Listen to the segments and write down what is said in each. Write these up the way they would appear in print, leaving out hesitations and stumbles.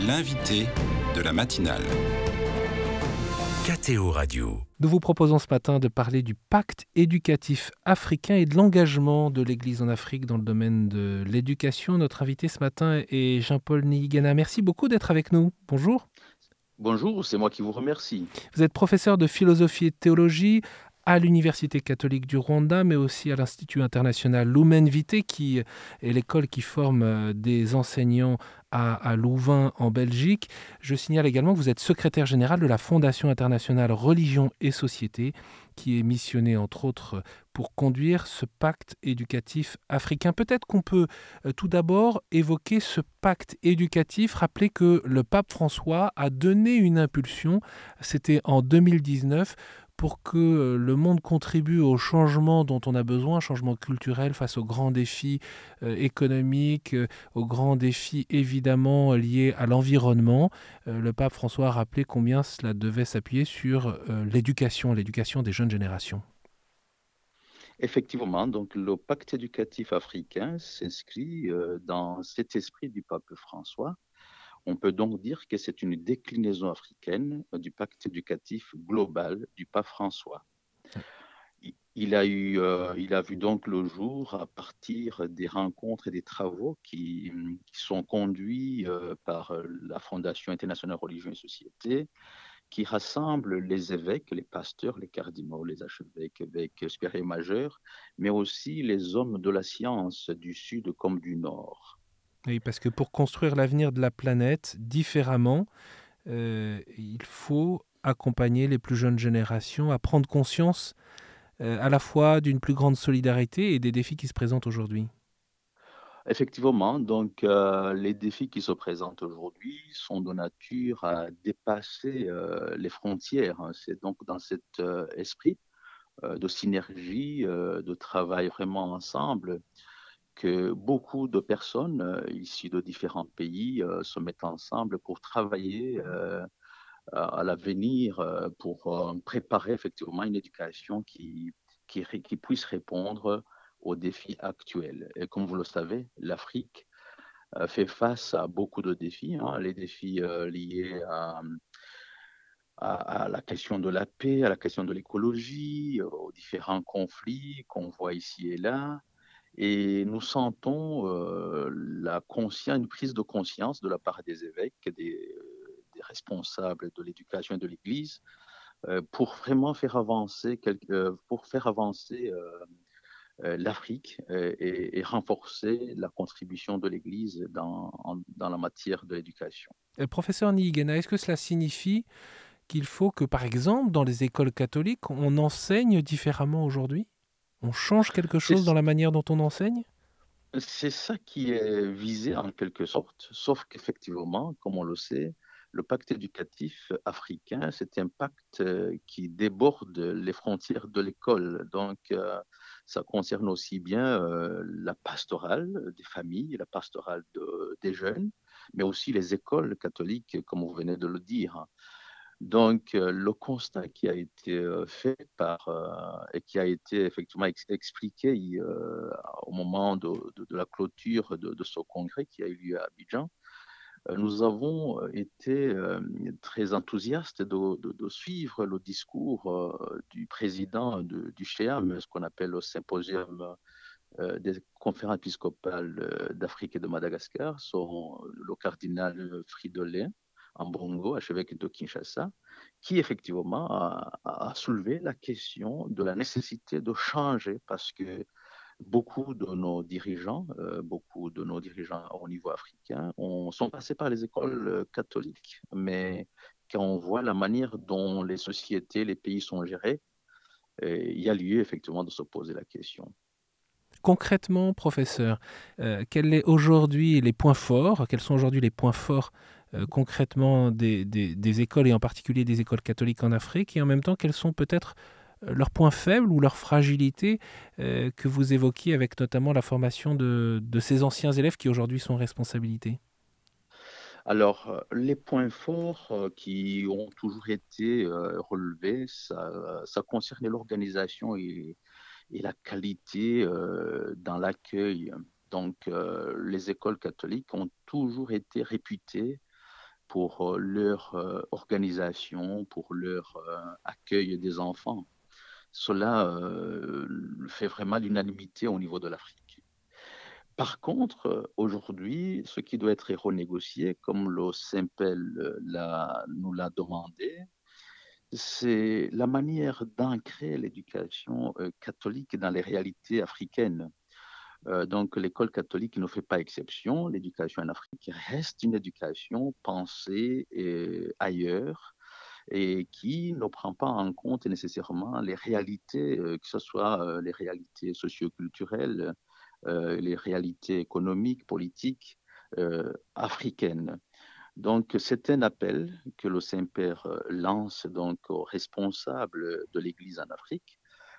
L'invité de la matinale. KTO Radio. Nous vous proposons ce matin de parler du pacte éducatif africain et de l'engagement de l'Église en Afrique dans le domaine de l'éducation. Notre invité ce matin est Jean-Paul Niyigana. Merci beaucoup d'être avec nous. Bonjour. Bonjour, c'est moi qui vous remercie. Vous êtes professeur de philosophie et de théologie à l'Université catholique du Rwanda, mais aussi à l'Institut international Lumen Vitae, qui est l'école qui forme des enseignants à Louvain, en Belgique. Je signale également que vous êtes secrétaire général de la Fondation internationale Religion et Société, qui est missionnée, entre autres, pour conduire ce pacte éducatif africain. Peut-être qu'on peut tout d'abord évoquer ce pacte éducatif, rappeler que le pape François a donné une impulsion, c'était en 2019, pour que le monde contribue au changement dont on a besoin, changement culturel face aux grands défis économiques, aux grands défis évidemment liés à l'environnement. Le pape François a rappelé combien cela devait s'appuyer sur l'éducation des jeunes générations. Effectivement, donc le pacte éducatif africain s'inscrit dans cet esprit du pape François. On peut donc dire que c'est une déclinaison africaine du pacte éducatif global du pape François. Il a vu donc le jour à partir des rencontres et des travaux qui sont conduits par la Fondation internationale Religion et Société, qui rassemble les évêques, les pasteurs, les cardinaux, les archevêques, évêques supérieurs et majeurs, mais aussi les hommes de la science du Sud comme du Nord. Oui, parce que pour construire l'avenir de la planète différemment, il faut accompagner les plus jeunes générations à prendre conscience à la fois d'une plus grande solidarité et des défis qui se présentent aujourd'hui. Effectivement, donc les défis qui se présentent aujourd'hui sont de nature à dépasser les frontières, hein. C'est donc dans cet esprit de synergie, de travail vraiment ensemble, que beaucoup de personnes issues de différents pays se mettent ensemble pour travailler à l'avenir, pour préparer effectivement une éducation qui puisse répondre aux défis actuels. Et comme vous le savez, l'Afrique fait face à beaucoup de défis, hein, les défis liés à la question de la paix, à la question de l'écologie, aux différents conflits qu'on voit ici et là. Et nous sentons une prise de conscience de la part des évêques, des responsables de l'éducation et de l'Église, pour vraiment faire avancer, l'Afrique et renforcer la contribution de l'Église dans la matière de l'éducation. Professeur Niyigana, est-ce que cela signifie qu'il faut que, par exemple, dans les écoles catholiques, on enseigne différemment aujourd'hui ? On change quelque chose dans C'est la manière dont on enseigne ? c'est ça qui est visé en quelque sorte, sauf qu'effectivement, comme on le sait, le pacte éducatif africain, c'est un pacte qui déborde les frontières de l'école. Donc, ça concerne aussi bien la pastorale des familles, la pastorale des jeunes, mais aussi les écoles catholiques, comme vous venez de le dire. Donc, le constat qui a été fait et qui a été effectivement expliqué au moment de la clôture de ce congrès qui a eu lieu à Abidjan, nous avons été très enthousiastes de suivre le discours du président du CHEAM, ce qu'on appelle le symposium des conférences épiscopales d'Afrique et de Madagascar, le cardinal Fridolin Ambongo, archevêque de Kinshasa, qui effectivement a soulevé la question de la nécessité de changer parce que beaucoup de nos dirigeants au niveau africain sont passés par les écoles catholiques, mais quand on voit la manière dont les sociétés, les pays sont gérés, il y a lieu effectivement de se poser la question. Concrètement, professeur, quels sont aujourd'hui les points forts concrètement des écoles et en particulier des écoles catholiques en Afrique, et en même temps quels sont peut-être leurs points faibles ou leurs fragilités que vous évoquiez avec notamment la formation de ces anciens élèves qui aujourd'hui sont en responsabilité? Alors, les points forts qui ont toujours été relevés, ça concerne l'organisation et la qualité dans l'accueil. Donc, les écoles catholiques ont toujours été réputées pour leur organisation, pour leur accueil des enfants. Cela fait vraiment l'unanimité au niveau de l'Afrique. Par contre, aujourd'hui, ce qui doit être renégocié, comme le Simpel nous l'a demandé, c'est la manière d'ancrer l'éducation catholique dans les réalités africaines. Donc, l'école catholique ne fait pas exception. L'éducation en Afrique reste une éducation pensée ailleurs et qui ne prend pas en compte nécessairement les réalités, que ce soit les réalités socioculturelles, les réalités économiques, politiques africaines. Donc, c'est un appel que le Saint-Père lance donc aux responsables de l'Église en Afrique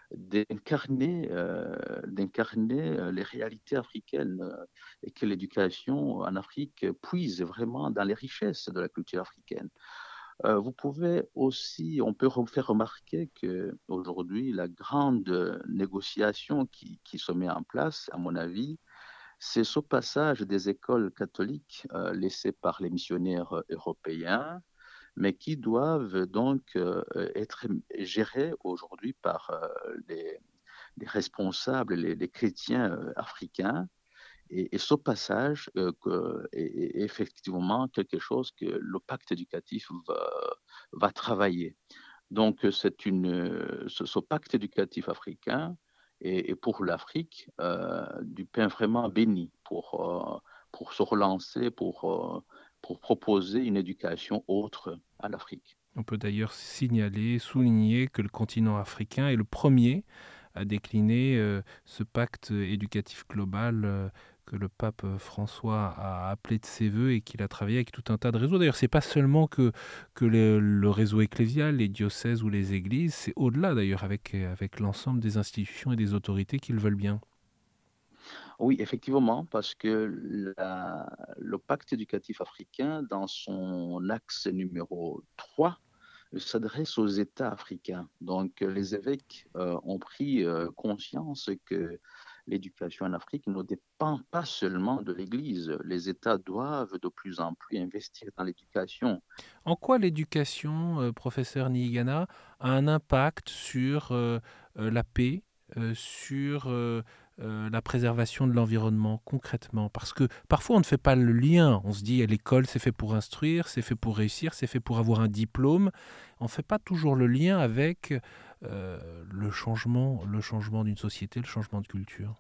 d'incarner les réalités africaines et que l'éducation en Afrique puise vraiment dans les richesses de la culture africaine. Vous pouvez aussi, on peut faire remarquer qu'aujourd'hui, la grande négociation qui se met en place, à mon avis, c'est ce passage des écoles catholiques laissées par les missionnaires européens, mais qui doivent donc être gérées aujourd'hui par les responsables, les chrétiens africains. Et ce passage est effectivement quelque chose que le pacte éducatif va travailler. Donc, ce pacte éducatif africain est pour l'Afrique du pain vraiment béni pour se relancer, pour proposer une éducation autre à l'Afrique. On peut d'ailleurs signaler, souligner que le continent africain est le premier à décliner ce pacte éducatif global que le pape François a appelé de ses voeux et qu'il a travaillé avec tout un tas de réseaux. D'ailleurs, ce n'est pas seulement que le réseau ecclésial, les diocèses ou les églises, c'est au-delà d'ailleurs avec l'ensemble des institutions et des autorités qui le veulent bien. Oui, effectivement, parce que le pacte éducatif africain, dans son axe numéro 3, s'adresse aux États africains. Donc, les évêques ont pris conscience que l'éducation en Afrique ne dépend pas seulement de l'Église. Les États doivent de plus en plus investir dans l'éducation. En quoi l'éducation, professeur Niigana, a un impact sur la paix, sur la préservation de l'environnement concrètement? Parce que parfois on ne fait pas le lien. On se dit l'école c'est fait pour instruire, c'est fait pour réussir, c'est fait pour avoir un diplôme. On ne fait pas toujours le lien avec le changement d'une société, le changement de culture.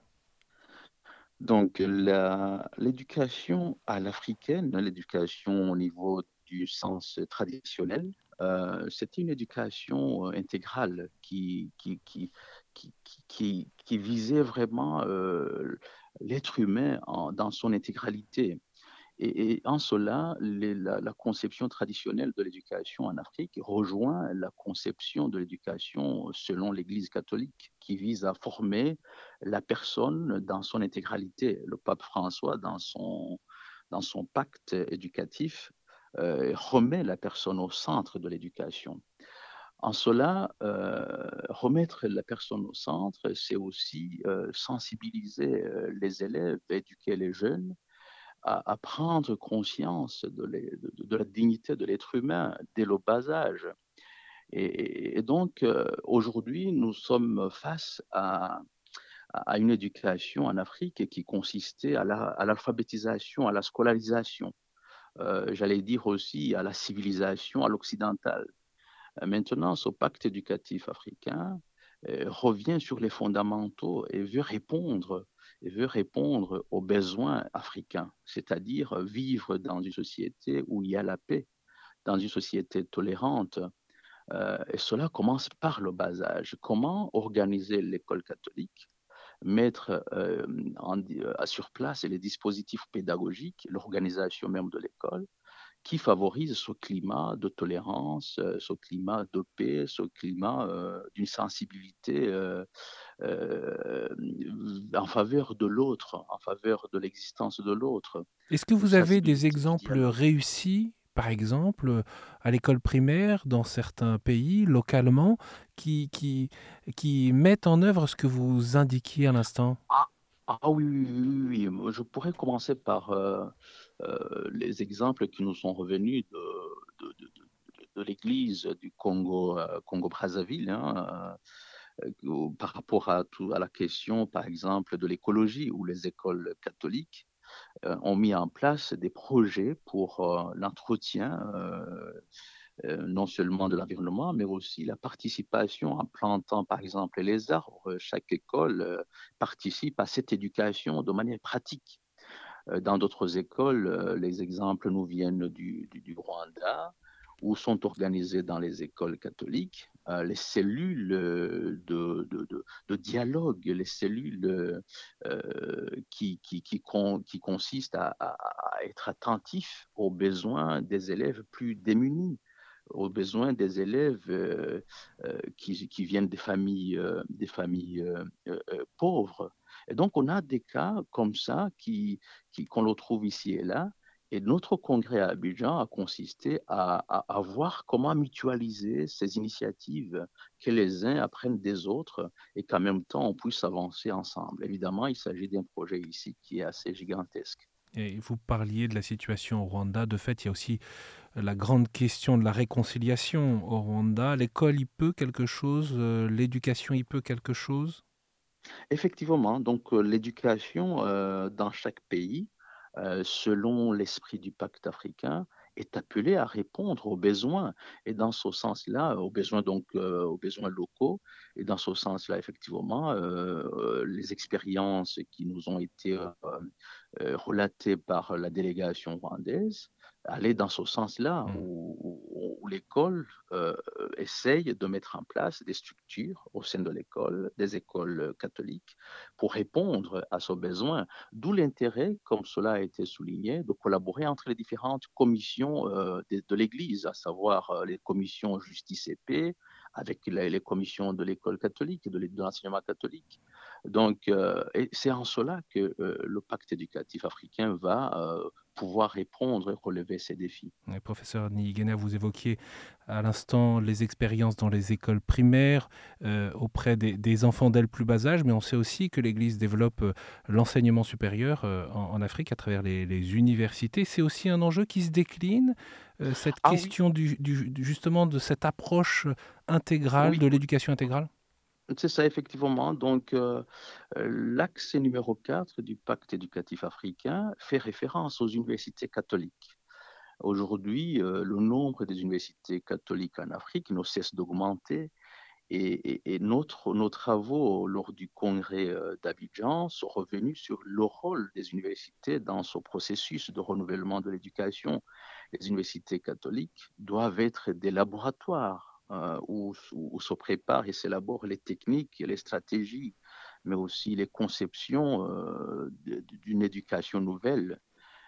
Donc, l'éducation à l'africaine, l'éducation au niveau du sens traditionnel, c'était une éducation intégrale qui visait vraiment l'être humain dans son intégralité. Et en cela, la conception traditionnelle de l'éducation en Afrique rejoint la conception de l'éducation selon l'Église catholique, qui vise à former la personne dans son intégralité. Le pape François, dans son pacte éducatif, remet la personne au centre de l'éducation. En cela, remettre la personne au centre, c'est aussi sensibiliser les élèves, éduquer les jeunes à prendre conscience de la dignité de l'être humain dès le bas âge. Et donc, aujourd'hui, nous sommes face à une éducation en Afrique qui consistait à l'alphabétisation, à la scolarisation, j'allais dire aussi à la civilisation, à l'occidentale. Maintenant, ce pacte éducatif africain revient sur les fondamentaux et veut répondre aux besoins africains, c'est-à-dire vivre dans une société où il y a la paix, dans une société tolérante. Et cela commence par le bas âge. Comment organiser l'école catholique, mettre sur place les dispositifs pédagogiques, l'organisation même de l'école, qui favorise ce climat de tolérance, ce climat de paix, ce climat d'une sensibilité euh, en faveur de l'autre, en faveur de l'existence de l'autre, Est-ce que une vous avez des sensibilité du exemples dialogue. réussis, par exemple, à l'école primaire, dans certains pays, localement, qui mettent en œuvre ce que vous indiquiez à l'instant? Ah, ah oui, oui, oui, oui, oui. Je pourrais commencer par les exemples qui nous sont revenus de l'Église du Congo, Congo-Brazzaville, hein, par rapport à la question, par exemple, de l'écologie, où les écoles catholiques ont mis en place des projets pour l'entretien, non seulement de l'environnement, mais aussi la participation en plantant, par exemple, les arbres. Chaque école participe à cette éducation de manière pratique. Dans d'autres écoles, les exemples nous viennent du Rwanda, où sont organisées dans les écoles catholiques les cellules de dialogue, les cellules qui consistent à être attentifs aux besoins des élèves plus démunis, aux besoins des élèves qui viennent des familles pauvres. Et donc, on a des cas comme ça qu'on le trouve ici et là. Et notre congrès à Abidjan a consisté à voir comment mutualiser ces initiatives, que les uns apprennent des autres et qu'en même temps, on puisse avancer ensemble. Évidemment, il s'agit d'un projet ici qui est assez gigantesque. Et vous parliez de la situation au Rwanda. De fait, il y a aussi la grande question de la réconciliation au Rwanda. L'école y peut quelque chose, l'éducation y peut quelque chose. Effectivement, donc l'éducation dans chaque pays, selon l'esprit du pacte africain, est appelée à répondre aux besoins. Et dans ce sens-là, aux besoins donc aux besoins locaux. Et dans ce sens-là, effectivement, les expériences qui nous ont été relatées par la délégation rwandaise allaient dans ce sens-là, Mm. où l'école essaye de mettre en place des structures au sein de l'école, des écoles catholiques, pour répondre à ce besoin. D'où l'intérêt, comme cela a été souligné, de collaborer entre les différentes commissions de l'Église, à savoir les commissions justice et paix, avec les commissions de l'école catholique et de l'enseignement catholique. Donc, et c'est en cela que le pacte éducatif africain va pouvoir répondre et relever ces défis. Et professeur Niyigena, vous évoquiez à l'instant les expériences dans les écoles primaires auprès des enfants dès le plus bas âge, mais on sait aussi que l'Église développe l'enseignement supérieur en Afrique à travers les universités. C'est aussi un enjeu qui se décline, cette Ah oui, question justement de cette approche intégrale, oui, de l'éducation intégrale. c'est ça, effectivement. Donc, l'axe numéro 4 du pacte éducatif africain fait référence aux universités catholiques. Aujourd'hui, le nombre des universités catholiques en Afrique ne cesse d'augmenter et nos travaux lors du congrès d'Abidjan sont revenus sur le rôle des universités dans ce processus de renouvellement de l'éducation. Les universités catholiques doivent être des laboratoires où se préparent et s'élaborent les techniques et les stratégies, mais aussi les conceptions d'une éducation nouvelle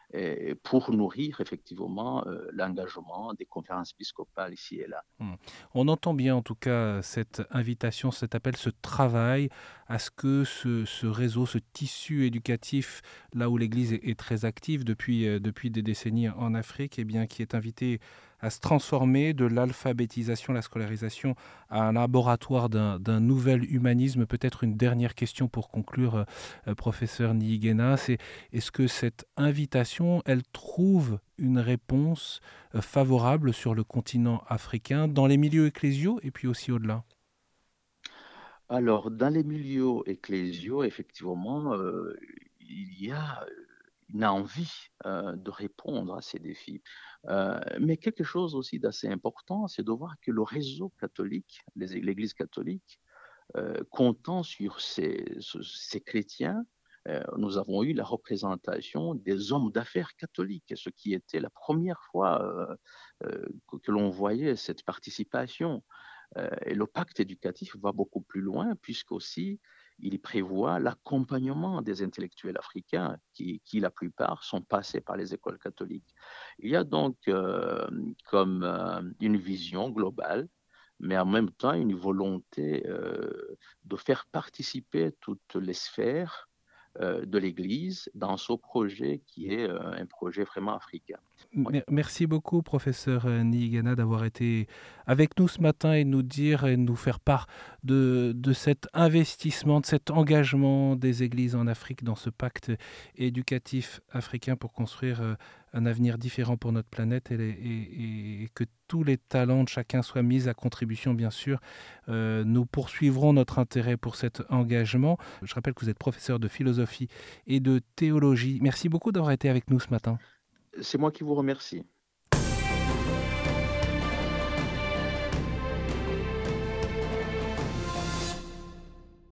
pour nourrir effectivement l'engagement des conférences épiscopales ici et là. On entend bien en tout cas cette invitation, cet appel, ce travail à ce que ce réseau, ce tissu éducatif, là où l'Église est très active depuis des décennies en Afrique, eh bien, qui est invité à se transformer de l'alphabétisation, la scolarisation, à un laboratoire d'un nouvel humanisme. Peut-être une dernière question pour conclure, professeur Niyigena, c'est est-ce que cette invitation, elle trouve une réponse favorable sur le continent africain, dans les milieux ecclésiaux et puis aussi au-delà? Alors, dans les milieux ecclésiaux, effectivement, il y a une envie de répondre à ces défis. Mais quelque chose aussi d'assez important, c'est de voir que le réseau catholique, l'Église catholique, comptant sur ces chrétiens, nous avons eu la représentation des hommes d'affaires catholiques, ce qui était la première fois que l'on voyait cette participation. Et le pacte éducatif va beaucoup plus loin, puisqu'aussi il prévoit l'accompagnement des intellectuels africains qui, la plupart, sont passés par les écoles catholiques. Il y a donc comme une vision globale, mais en même temps une volonté de faire participer toutes les sphères de l'Église dans ce projet qui est un projet vraiment africain. Oui. Merci beaucoup, professeur Niyigena, d'avoir été avec nous ce matin et nous dire et nous faire part de cet investissement, de cet engagement des églises en Afrique dans ce pacte éducatif africain pour construire un avenir différent pour notre planète et que tous les talents de chacun soient mis à contribution, bien sûr. Nous poursuivrons notre intérêt pour cet engagement. Je rappelle que vous êtes professeur de philosophie et de théologie. Merci beaucoup d'avoir été avec nous ce matin. C'est moi qui vous remercie.